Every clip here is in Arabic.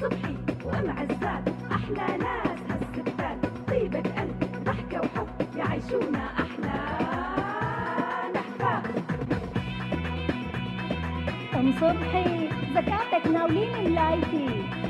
صبحي وأم عزات أحلى ناس هالستات، طيبة قلب ضحكة وحب يعيشونا أحلى نحفات. أم صبحي زكاتك ناولين ملايتي.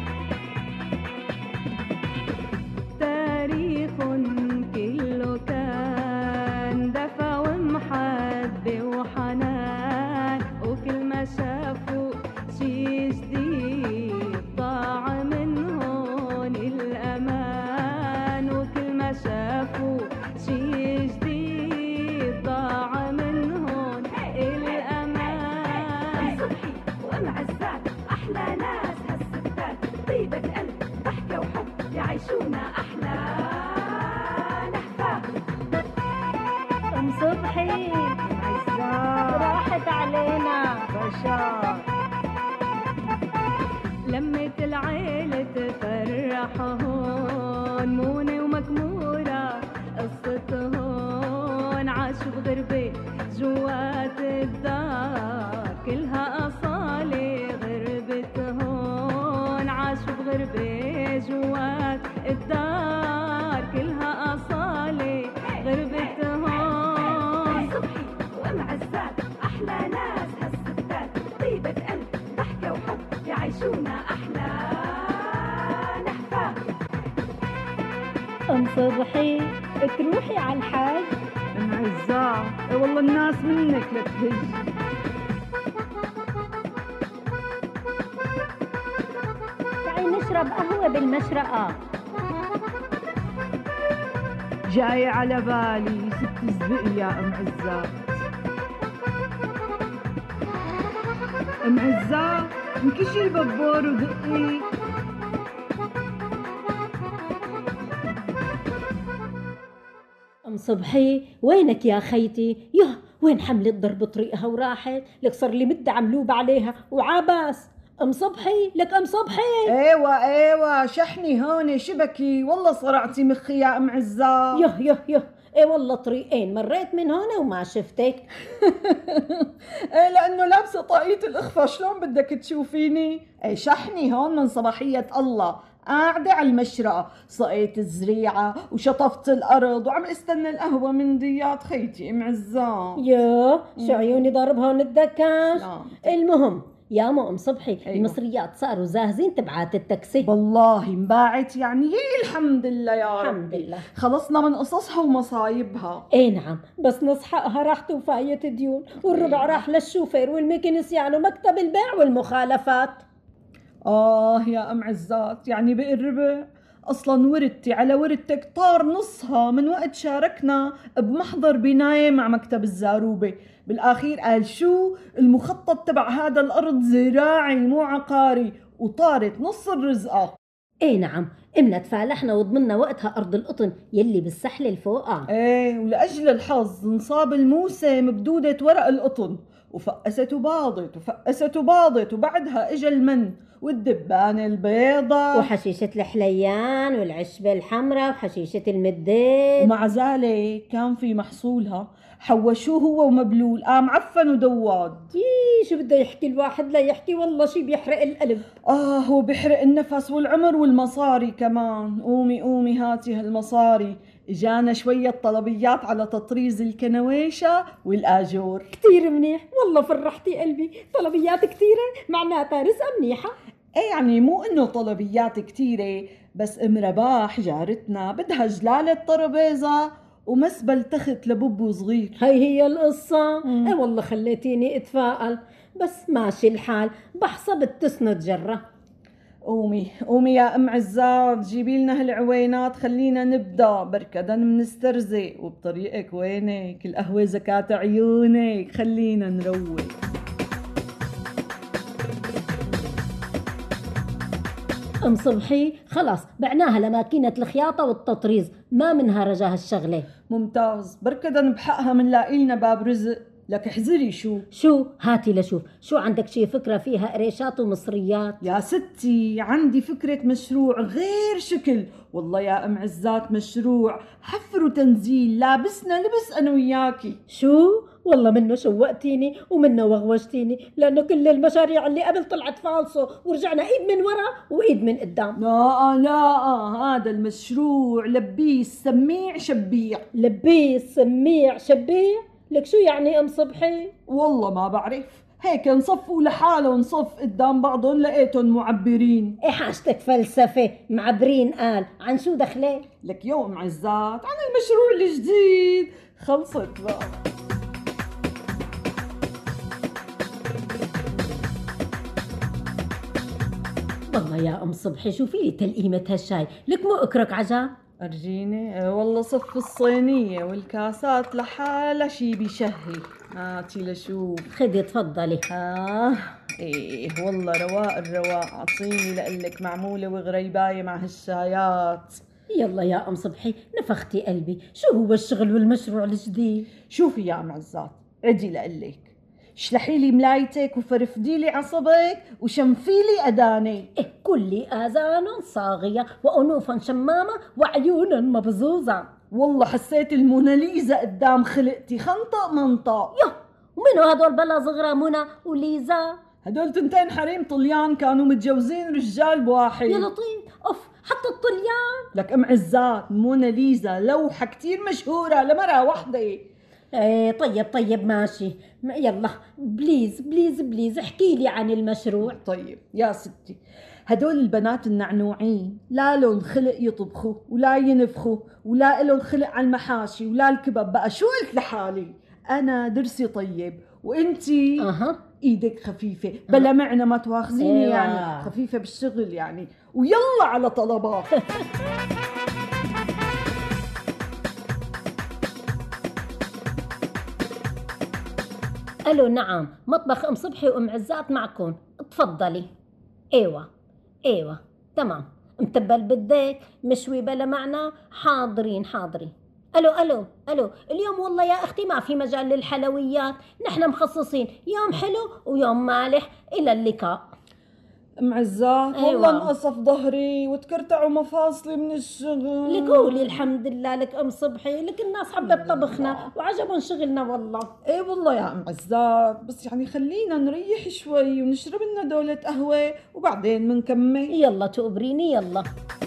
تاريخ كله كان دفى ومحبة وحنان، وكل ما شافوا شي جديد ضاع من هون الأمان، وكل ما شافوا شي جديد ضاع من هون الأمان. صبحي وأم عزات أحلى ناس هالستات، طيبة قلب ضحكة وحب يعيشونا أحلى نحفات. أم صبحي راحت علينا بشار لمة العيلة تفرح هون، مونة ومكمورة قصة هون، عاشوا بغربة جوات الدار كلها أصالة غربة هون، عاشوا بغربة جوات الدار كلها أصالة غربة هون. صبحي وأم عزات أحلى ناس هالستات، طيبة قلب ضحكة وحب يعيشونا أحلى نحفات. أم صبحي تروحي على الحج. أم عزات والله الناس منك لتهج. تعي نشرب قهوة بالمشرقة. جاي على بالي ست زبق يا أم عزات. أم عزات انكشي البابور ودقي. أم صبحي وينك يا خيتي؟ ياه وين حملت ضرب طريقها وراحت؟ لك صار لي مدة عملوب عليها وعباس. أم صبحي لك أم صبحي. ايوه شحني هون شبكي، والله صرعتي مخي يا أم عزات. ياه ايه والله طريقين مريت من هون وما شفتك. ايه لانه لابسه طاقية الاخفاء، شلون بدك تشوفيني؟ ايه شحني هون من صباحية الله، قاعدة على المشرقة، سقيت الزريعة وشطفت الأرض وعم استنى القهوة من ديات خيتي أم عزام. ياه شو عيوني ضارب هون الدكاش. المهم يا أم صبحي أيوة. المصريات صاروا زاهزين تبعات التاكسي. والله انباعت يعني هي الحمد لله يا رب. الحمد لله خلصنا من قصصها ومصايبها. ايه نعم، بس نصحقها راحت وفاية ديون، والربع راح للشوفير والميكانيسيان ومكتب البيع والمخالفات. يا أم عزات يعني بقي الربع؟ أصلا وردتي على وردتك طار نصها من وقت شاركنا بمحضر بناية مع مكتب الزاروبة. بالآخير قال شو المخطط تبع هذا الأرض زراعي مو عقاري، وطارت نص الرزقة. ايه نعم، امنا تفالحنا وضمنا وقتها أرض القطن يلي بالسحل الفوقة. ايه ولأجل الحظ انصاب الموسم بدودة ورق القطن، وفقست وباضت وبعدها اجا المن والدبانة البيضة وحشيشة الحليان والعشبة الحمراء وحشيشة المديد. ومع ذلك كان في محصولها. حوشوه هو ومبلول قام عفن ودواد. شو بده يحكي الواحد لا يحكي، والله شي بيحرق القلب. هو بيحرق النفس والعمر والمصاري كمان. قومي هاتي هالمصاري، اجانا شوية طلبيات على تطريز الكنويشة والآجور. كتير منيح والله فرحتي قلبي، طلبيات كتيرة معناتها رزقة منيحة. ايه يعني مو انه طلبيات كتيرة، بس ام رباح جارتنا بدها جلالة طربيزة ومسبل تخت لبوب صغير. هي القصة. ايه والله خليتيني اتفائل، بس ماشي الحال بحسب تسند جرة. قومي يا ام عزات جيبي لنا هالعوينات، خلينا نبدا بركدا منسترزق، وبطريقك وينك القهوة زكاة عيونك، خلينا نروق. ام صبحي خلاص بعناها لماكينة الخياطة والتطريز، ما منها رجا هالشغلة. ممتاز، بركدا بحقها منلاقي لنا باب رزق. لك احذري. شو هاتي لشوف، شو عندك شي فكرة فيها قريشات ومصريات؟ يا ستي عندي فكرة مشروع غير شكل، والله يا ام عزات مشروع حفر وتنزيل، لابسنا لبس انا وياكي. شو والله منه شوقتيني ومنه وغوشتيني، لأنه كل المشاريع اللي قبل طلعت فالصو، ورجعنا إيد من ورا وإيد من قدام. لا هذا المشروع لبيس سميع شبيع. لبيس سميع شبيع؟ لك شو يعني أم صبحي؟ والله ما بعرف، هيك نصفوا لحالهم صف قدام بعضهم لقيتهم معبرين. إيه حاجتك فلسفة معبرين قال عن شو دخلي؟ لك يوم عزات عن المشروع الجديد. خلصت بقى. والله يا أم صبحي شوفي لي تلقيمة هالشاي، لك مو أكرك عجب؟ أرجيني والله صف الصينية والكاسات لحالها شي بيشهي. هاتي لشوف. خدي تفضلي. ايه والله رواق الرواق. اعطيني لقلك معمولة وغريباية مع هالشايات. يلا يا أم صبحي نفختي قلبي، شو هو الشغل والمشروع الجديد؟ شوفي يا أم عزات، عدي لقلك، شلحي لي ملايتك وفرفدي لي عصبك وشنفي لي أداني. إيه كل آذان صاغية وأنوف شمامة وعيون مبزوزة. والله حسيت الموناليزا قدام خلقتي، خنطق منطق. يوه، ومنو هدول بلا صغرى منى وليزا؟ هدول تنتين حريم طليان كانوا متجوزين رجال بواحد. يا لطيف، أوف حتى الطليان. لك أم عزات، موناليزا لوحة كتير مشهورة لمرأة وحدة. ايه طيب ماشي، يلا بليز بليز بليز احكي لي عن المشروع. طيب يا ستي، هدول البنات النعنوعين لا لهم خلق يطبخوا ولا ينفخوا ولا لهم خلق على المحاشي ولا الكباب. بقى شو قلت لحالي؟ أنا درسي طيب وإنتي إيدك خفيفة بلا معنى، ما تواخذيني. يعني خفيفة بالشغل يعني. ويلا على طلبات. الو نعم، مطبخ ام صبحي وام عزات معكم، تفضلي. ايوه تمام. متبل بدك مشوي بلا معنى؟ حاضرين. الو اليوم والله يا اختي ما في مجال للحلويات، نحن مخصصين يوم حلو ويوم مالح. الى اللقاء. ام عزات والله انقصف ظهري وتكرتعوا مفاصلي من الشغل. لك قولي الحمد لله لك ام صبحي، لك الناس حبت طبخنا وعجبهم شغلنا والله. ايه والله يا ام عزات، بس يعني خلينا نريح شوي ونشرب لنا دولة قهوة وبعدين بنكمل. يلا تقبريني يلا.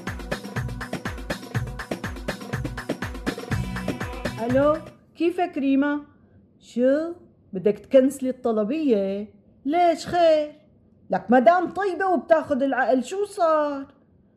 الو كيفك ريما؟ شو بدك تكنسلي الطلبية؟ ليش خير؟ لك مدام طيبة وبتاخد العقل، شو صار؟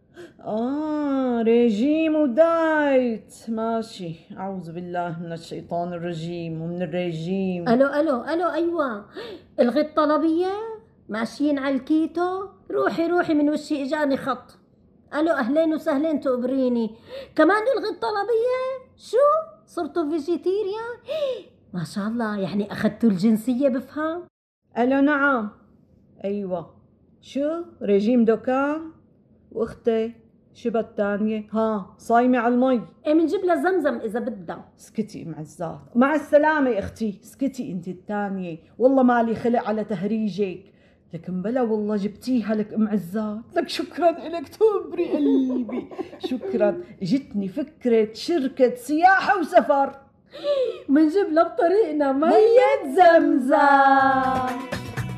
ريجيم ودايت، ماشي. أعوذ بالله من الشيطان الرجيم ومن الريجيم. الو ايوه، الغي الطلبية؟ ماشيين على الكيتو؟ روحي من وشي اجاني خط. الو اهلين وسهلين تقبريني، كمان الغي الطلبية؟ شو صرتوا فيجيتيريان؟ ما شاء الله، يعني اخذتوا الجنسية بفهم. الو نعم. ايوه شو ريجيم دكان؟ واختي شو بالتانية؟ صايمة على المي. ايه منجيب لها زمزم اذا بدها. اسكتي ام عزات، مع السلامة يا اختي، اسكتي انت التانية، والله مالي خلق على تهريجك. لكن بلا والله جبتيها لك ام عزات. لك شكرا لك تبري قلبي. شكرا. جتني فكرة شركة سياحة وسفر، منجيب لها بطريقنا مية زمزم.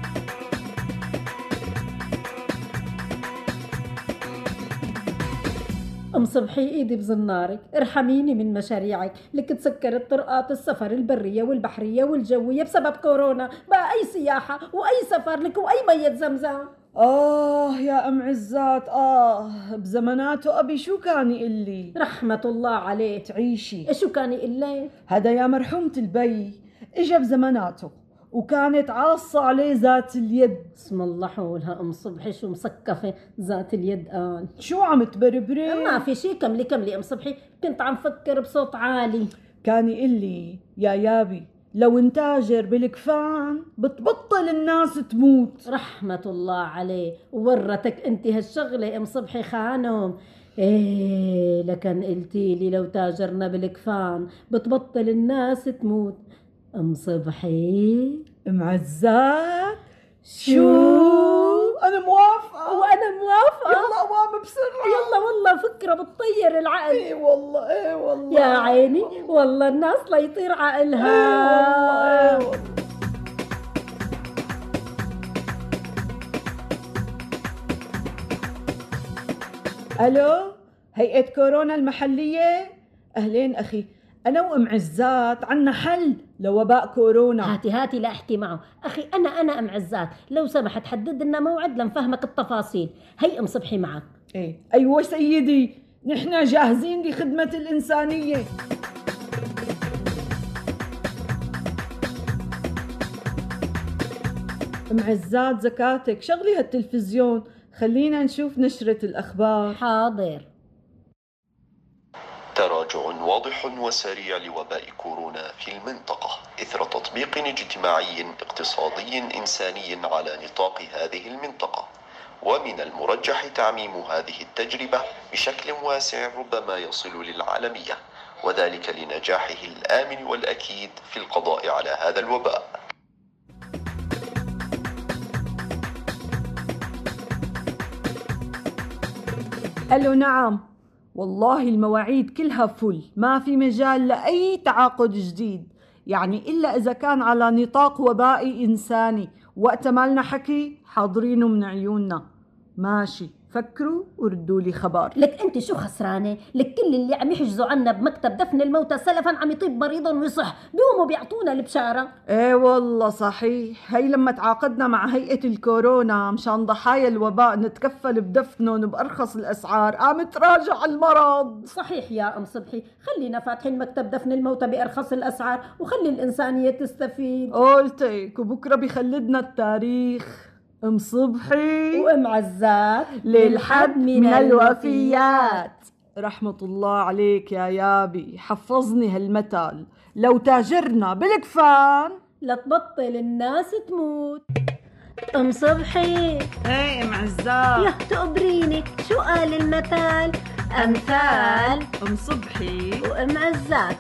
ام صبحي ايدي بزنارك، ارحميني من مشاريعك، لك تسكرت طرقات السفر البرية والبحرية والجوية بسبب كورونا، بقى اي سياحة واي سفر لك واي مية زمزم. يا ام عزات، بزماناته ابي شو كان يقول لي؟ رحمة الله عليه. تعيشي. شو كان يقول لي؟ هذا يا مرحومة البي اجا بزماناته وكانت عاصة عليه ذات اليد. اسم الله حولها ام صبحي، شو مسكفة ذات اليد قال؟ شو عم تبربري؟ ما في شي، كملي ام صبحي، كنت عم فكر بصوت عالي. كان يقول لي يا يابي لو انتاجر بالكفان بتبطل الناس تموت. رحمة الله عليه. وورتك انت هالشغلة ام صبحي خانم. ايه لكن قلتي لي لو تاجرنا بالكفان بتبطل الناس تموت. ام صبحي ام عزات شو؟ انا موافقة. وانا موافقة. يلا قوام بسرعة. يلا والله والله فكرة بتطير العقل. ايه والله ايه والله يا عيني والله الناس لا يطير عقلها. ايه والله. الو، هيئة كورونا المحلية؟ اهلين اخي، انا وام عزات عنا حل لوباء كورونا. هاتي لا احكي معه. اخي انا ام عزات، لو سمحت حدد لنا موعد لنفهمك التفاصيل. هي ام صبحي معك. ايه ايوه سيدي، نحن جاهزين لخدمة الإنسانية. ام عزات زكاتك شغلي هالتلفزيون، خلينا نشوف نشرة الأخبار. حاضر. تراجع واضح وسريع لوباء كورونا في المنطقة إثر تطبيق اجتماعي اقتصادي إنساني على نطاق هذه المنطقة، ومن المرجح تعميم هذه التجربة بشكل واسع ربما يصل للعالمية، وذلك لنجاحه الآمن والأكيد في القضاء على هذا الوباء. ألو نعم، والله المواعيد كلها فل، ما في مجال لأي تعاقد جديد، يعني إلا إذا كان على نطاق وبائي إنساني، وقت ما لنا حكي حاضرينه من عيوننا. ماشي، فكروا وردوا لي خبر. لك انت شو خسرانه؟ لك كل اللي عم يحجزوا عنا بمكتب دفن الموتى سلفا عم يطيب مريضا ويصح، بيقوموا بيعطونا البشاره. ايه والله صحيح، هي لما تعاقدنا مع هيئة الكورونا مشان ضحايا الوباء نتكفل بدفنهم بأرخص الأسعار قام تراجع المرض. صحيح يا ام صبحي، خلينا فاتحين مكتب دفن الموتى بأرخص الأسعار وخلي الإنسانية تستفيد. قلتك، وبكره بيخلدنا التاريخ. ام صبحي وام عزات للحد من الوفيات. رحمة الله عليك يا يابي، حفظني هالمثل، لو تاجرنا بالكفان لتبطل الناس تموت. ام صبحي. ايه ام عزات. يا تقبريني، شو قال المثل؟ أمثال ام صبحي وام عزات.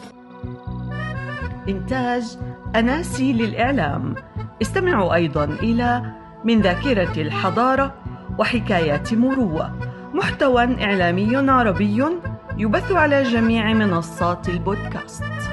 إنتاج أناسي للإعلام. استمعوا أيضا إلى من ذاكرة الحضارة وحكايات مروة، محتوى إعلامي عربي يبث على جميع منصات البودكاست.